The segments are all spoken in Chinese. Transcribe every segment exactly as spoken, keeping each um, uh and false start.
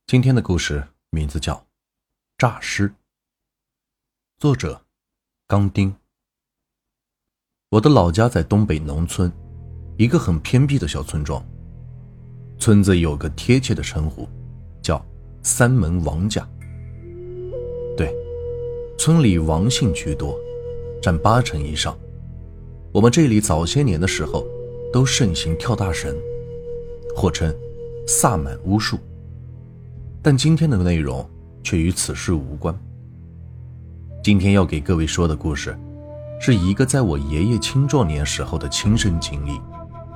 今天的故事名字叫诈尸，作者钢丁。我的老家在东北农村，一个很偏僻的小村庄。村子有个贴切的称呼，叫三门王家。对，村里王姓居多，占八成以上。我们这里早些年的时候都盛行跳大神，或称萨满巫术，但今天的内容却与此事无关。今天要给各位说的故事是一个在我爷爷青壮年时候的亲身经历。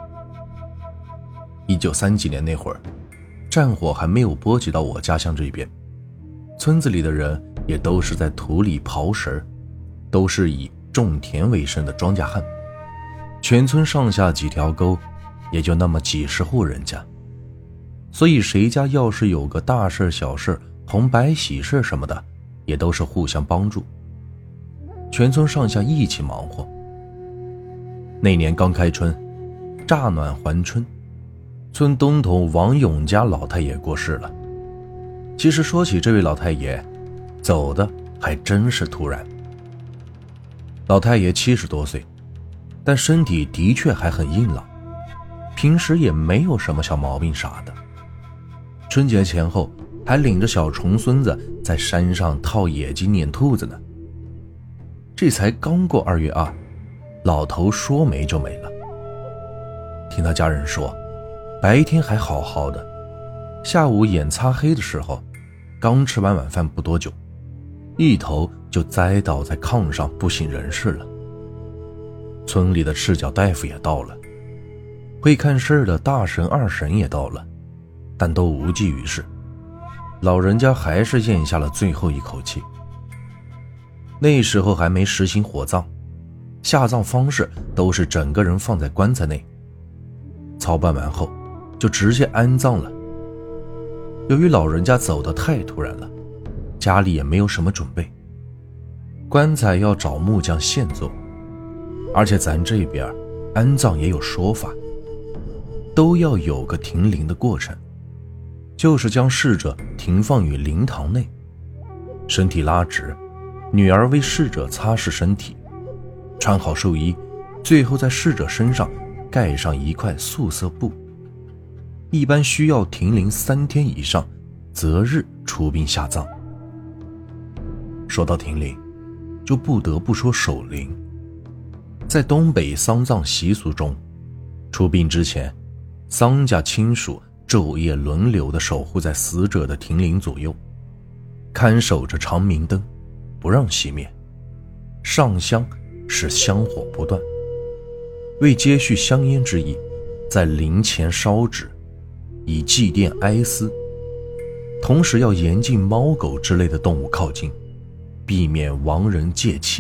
一九三几年那会儿，战火还没有波及到我家乡这边，村子里的人也都是在土里刨食，都是以种田为生的庄稼汉。全村上下几条沟，也就那么几十户人家，所以谁家要是有个大事小事、红白喜事什么的，也都是互相帮助，全村上下一起忙活。那年刚开春，乍暖还春，村东头王勇家老太爷过世了。其实说起这位老太爷，走的还真是突然。老太爷七十多岁，但身体的确还很硬朗，平时也没有什么小毛病啥的。春节前后还领着小重孙子在山上套野鸡撵兔子呢。这才刚过二月二，老头说没就没了。听他家人说，白天还好好的，下午眼擦黑的时候，刚吃完晚饭不多久，一头就栽倒在炕上不省人事了。村里的赤脚大夫也到了，会看事的大神二神也到了，但都无济于事，老人家还是咽下了最后一口气。那时候还没实行火葬，下葬方式都是整个人放在棺材内，操办完后就直接安葬了。由于老人家走得太突然了，家里也没有什么准备，棺材要找木匠现做，而且咱这边安葬也有说法，都要有个停灵的过程，就是将逝者停放于灵堂内，身体拉直，女儿为逝者擦拭身体，穿好寿衣，最后在逝者身上盖上一块素色布。一般需要停灵三天以上，择日出殡下葬。说到停灵，就不得不说守灵。在东北丧葬习俗中，出殡之前，丧家亲属昼夜轮流地守护在死者的停灵左右，看守着长明灯，不让熄灭，上香使香火不断，为接续香烟之意，在灵前烧纸，以祭奠哀思。同时要严禁猫狗之类的动物靠近，避免亡人借气。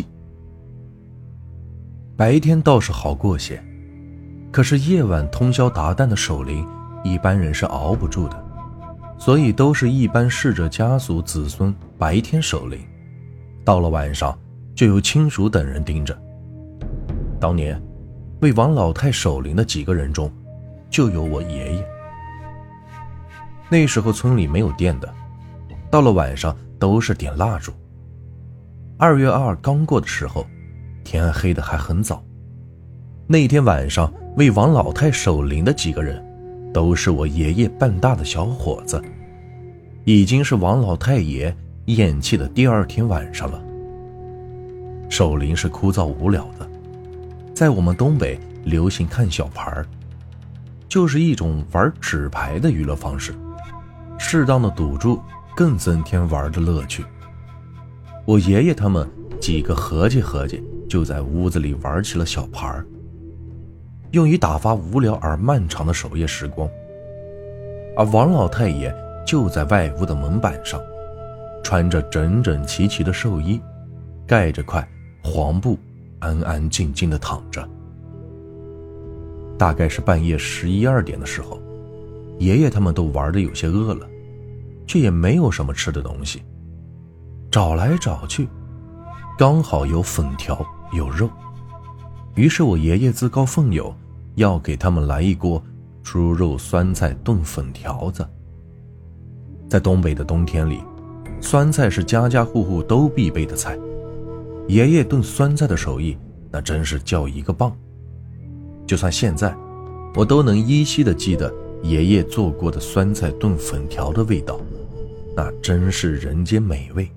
白天倒是好过些，可是夜晚通宵达旦的守灵，一般人是熬不住的，所以都是一般逝者家族子孙白天守灵，到了晚上就由亲属等人盯着。当年为王老太守灵的几个人中，就有我爷爷。那时候村里没有电的，到了晚上都是点蜡烛。二月二刚过的时候，天黑的还很早。那天晚上为王老太守灵的几个人，都是我爷爷伴大的小伙子，已经是王老太爷咽气的第二天晚上了。守灵是枯燥无聊的，在我们东北流行看小牌，就是一种玩纸牌的娱乐方式，适当的赌注更增添玩的乐趣。我爷爷他们几个合计合计，就在屋子里玩起了小牌，用以打发无聊而漫长的守夜时光。而王老太爷就在外屋的门板上，穿着整整齐齐的寿衣，盖着块黄布，安安静静地躺着。大概是半夜十一二点的时候，爷爷他们都玩得有些饿了，却也没有什么吃的东西，找来找去，刚好有粉条有肉，于是我爷爷自告奋勇要给他们来一锅猪肉酸菜炖粉条子。 在东北的冬天里，酸菜是家家户户都必备的菜。爷爷炖酸菜的手艺那真是叫一个棒。就算现在我都能依稀地记得爷爷做过的酸菜炖粉条的味道，那真是人间美味。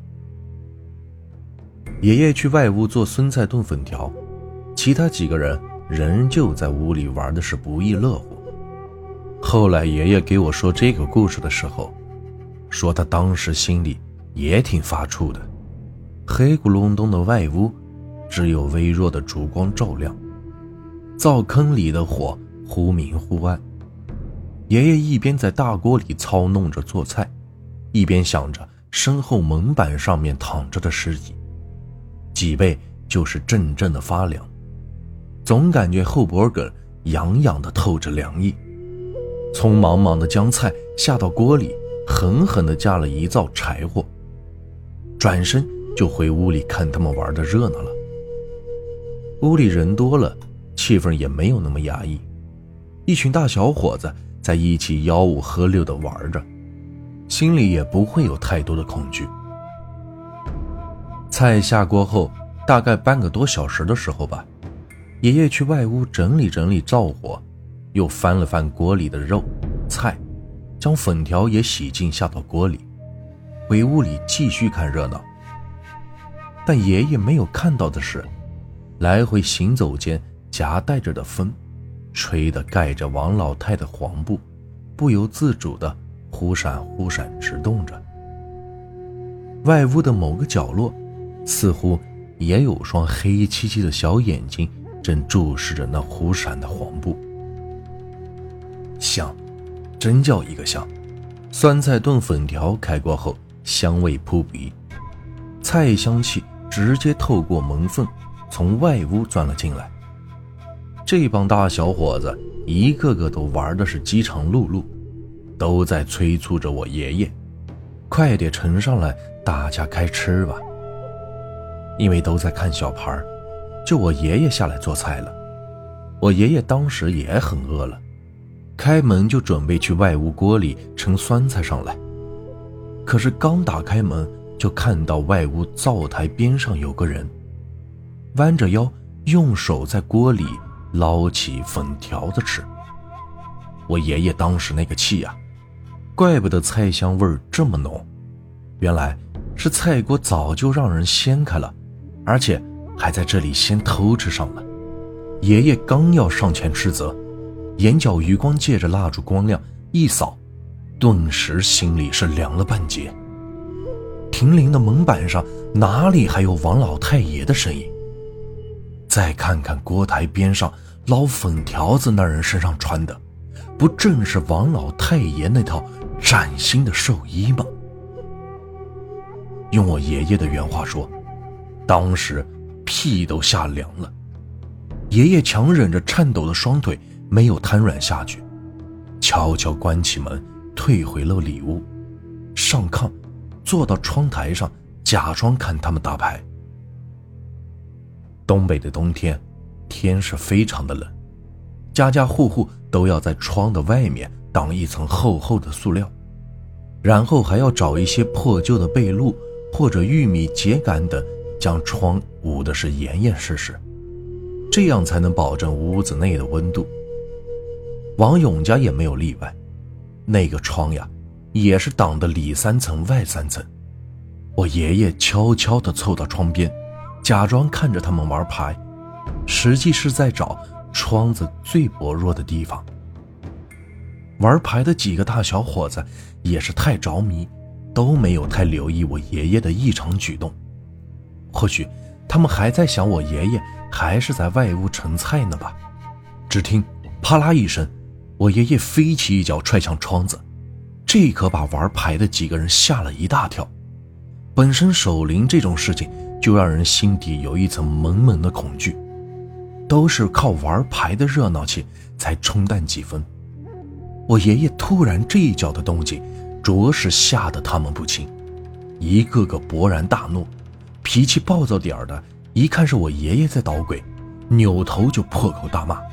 爷爷去外屋做酸菜炖粉条，其他几个人仍旧在屋里玩的是不亦乐乎。后来爷爷给我说这个故事的时候，说他当时心里也挺发怵的。黑咕隆咚的外屋，只有微弱的烛光照亮，灶坑里的火忽明忽暗。爷爷一边在大锅里操弄着做菜，一边想着身后门板上面躺着的尸体，脊背就是阵阵的发凉，总感觉后脖梗痒痒的透着凉意。匆忙忙的将菜下到锅里，狠狠地加了一灶柴火，转身就回屋里看他们玩的热闹了。屋里人多了，气氛也没有那么压抑，一群大小伙子在一起吆五喝六地玩着，心里也不会有太多的恐惧。菜下锅后大概半个多小时的时候吧，爷爷去外屋整理整理灶火，又翻了翻锅里的肉菜，将粉条也洗净下到锅里，回屋里继续看热闹。但爷爷没有看到的是，来回行走间夹带着的风，吹得盖着王老太的黄布不由自主地忽闪忽闪直动着。外屋的某个角落，似乎也有双黑漆漆的小眼睛正注视着那忽闪的黄布。香，真叫一个香。酸菜炖粉条开锅后香味扑鼻，菜香气直接透过门缝从外屋钻了进来。这帮大小伙子一个个都玩的是饥肠辘辘，都在催促着我爷爷快点盛上来，大家开吃吧。因为都在看小牌，就我爷爷下来做菜了。我爷爷当时也很饿了，开门就准备去外屋锅里盛酸菜上来。可是刚打开门，就看到外屋灶台边上有个人弯着腰，用手在锅里捞起粉条子吃。我爷爷当时那个气啊，怪不得菜香味儿这么浓，原来是菜锅早就让人掀开了，而且还在这里先偷吃上了。爷爷刚要上前斥责，眼角余光借着蜡烛光亮一扫，顿时心里是凉了半截。停灵的门板上哪里还有王老太爷的身影？再看看锅台边上捞粉条子那人身上穿的，不正是王老太爷那套崭新的寿衣吗？用我爷爷的原话说，当时屁都吓凉了。爷爷强忍着颤抖的双腿没有瘫软下去，悄悄关起门退回了里屋，上炕坐到窗台上假装看他们打牌。东北的冬天天是非常的冷，家家户户都要在窗的外面挡一层厚厚的塑料，然后还要找一些破旧的被褥或者玉米秸秆等，将窗捂的是严严实实，这样才能保证屋子内的温度。王勇家也没有例外，那个窗呀也是挡得里三层外三层。我爷爷悄悄地凑到窗边，假装看着他们玩牌，实际是在找窗子最薄弱的地方。玩牌的几个大小伙子也是太着迷，都没有太留意我爷爷的异常举动。或许他们还在想我爷爷还是在外屋盛菜呢吧。只听啪啦一声，我爷爷飞起一脚踹向窗子，这可把玩牌的几个人吓了一大跳。本身守灵这种事情就让人心底有一层蒙蒙的恐惧，都是靠玩牌的热闹气才冲淡几分。我爷爷突然这一脚的动静着实吓得他们不轻，一个个勃然大怒，脾气暴躁点的一看是我爷爷在捣鬼，扭头就破口大骂。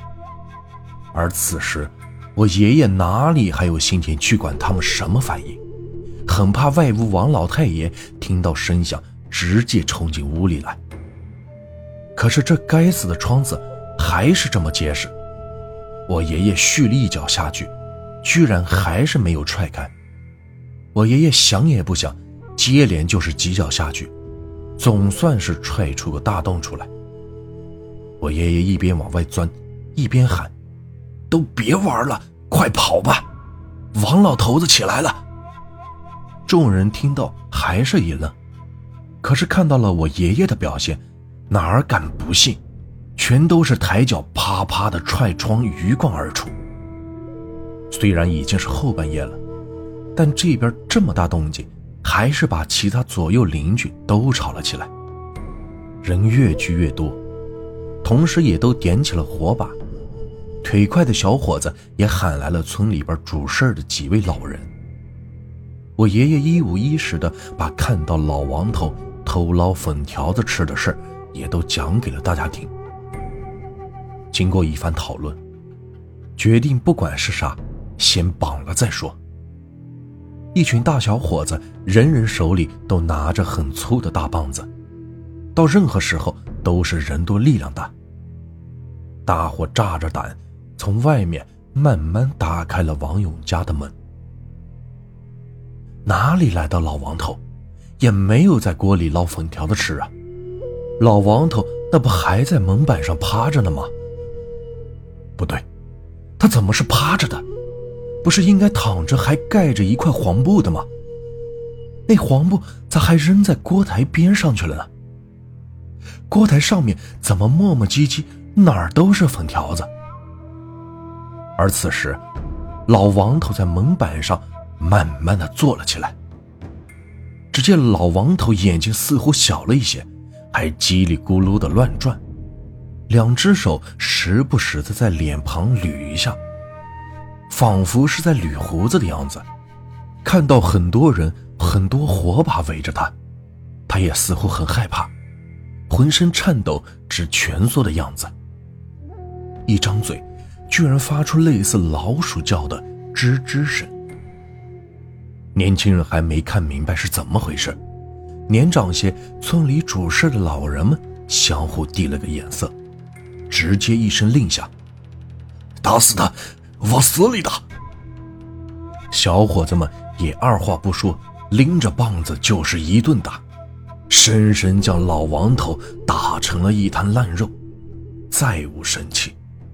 而此时我爷爷哪里还有心情去管他们什么反应， 很怕外屋王老太爷听到声响直接冲进屋里来。可是这该死的窗子还是这么结实，我爷爷蓄了一脚下去，居然还是没有踹开。我爷爷想也不想，接连就是几脚下去，总算是踹出个大洞出来。我爷爷一边往外钻，一边喊：都别玩了，快跑吧，王老头子起来了。众人听到还是一愣，可是看到了我爷爷的表现，哪儿敢不信，全都是抬脚啪啪的踹窗鱼贯而出。虽然已经是后半夜了，但这边这么大动静，还是把其他左右邻居都吵了起来。人越聚越多，同时也都点起了火把。腿快的小伙子也喊来了村里边主事的几位老人。我爷爷一五一十的把看到老王头偷捞粉条子吃的事也都讲给了大家听。经过一番讨论，决定不管是啥，先绑了再说。一群大小伙子，人人手里都拿着很粗的大棒子，到任何时候都是人多力量大。大伙炸着胆，从外面慢慢打开了王勇家的门。哪里来的老王头，也没有在锅里捞粉条子吃啊！老王头那不还在门板上趴着呢吗？不对，他怎么是趴着的？不是应该躺着还盖着一块黄布的吗？那黄布咋还扔在锅台边上去了呢？锅台上面怎么磨磨唧唧，哪儿都是粉条子？而此时，老王头在门板上慢慢地坐了起来。只见老王头眼睛似乎小了一些，还叽里咕噜地乱转，两只手时不时地在脸庞捋一下，仿佛是在捋胡子的样子。看到很多人很多火把围着他，他也似乎很害怕，浑身颤抖直蜷缩的样子，一张嘴居然发出类似老鼠叫的吱吱声。年轻人还没看明白是怎么回事，年长些村里主事的老人们相互递了个眼色，直接一声令下：打死他，往死里打！小伙子们也二话不说，拎着棒子就是一顿打，深深将老王头打成了一滩烂肉，再无生气。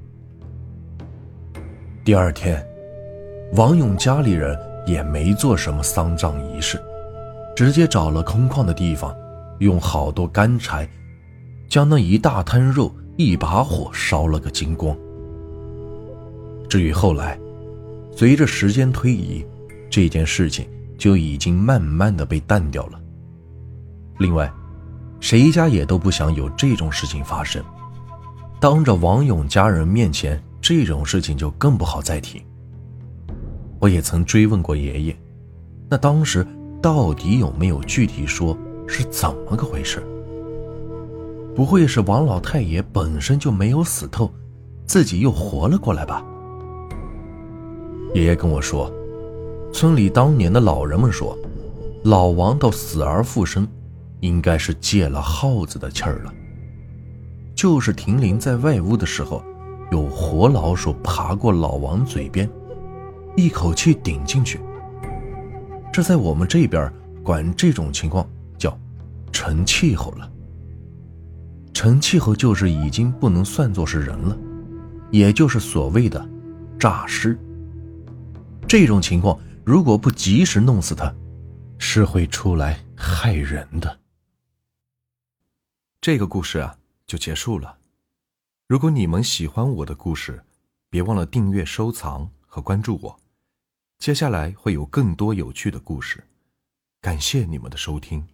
第二天，王勇家里人也没做什么丧葬仪式，直接找了空旷的地方，用好多干柴将那一大滩肉一把火烧了个精光。至于后来，随着时间推移，这件事情就已经慢慢的被淡掉了。另外，谁家也都不想有这种事情发生，当着王勇家人面前，这种事情就更不好再提。我也曾追问过爷爷，那当时到底有没有具体说是怎么个回事？不会是王老太爷本身就没有死透，自己又活了过来吧？爷爷跟我说，村里当年的老人们说，老王头死而复生，应该是借了耗子的气儿了。就是停灵在外屋的时候，有活老鼠爬过老王嘴边，一口气顶进去。这在我们这边管这种情况叫成气候了。成气候就是已经不能算作是人了，也就是所谓的诈尸。这种情况如果不及时弄死他，是会出来害人的。这个故事啊就结束了。如果你们喜欢我的故事，别忘了订阅、收藏和关注我。接下来会有更多有趣的故事，感谢你们的收听。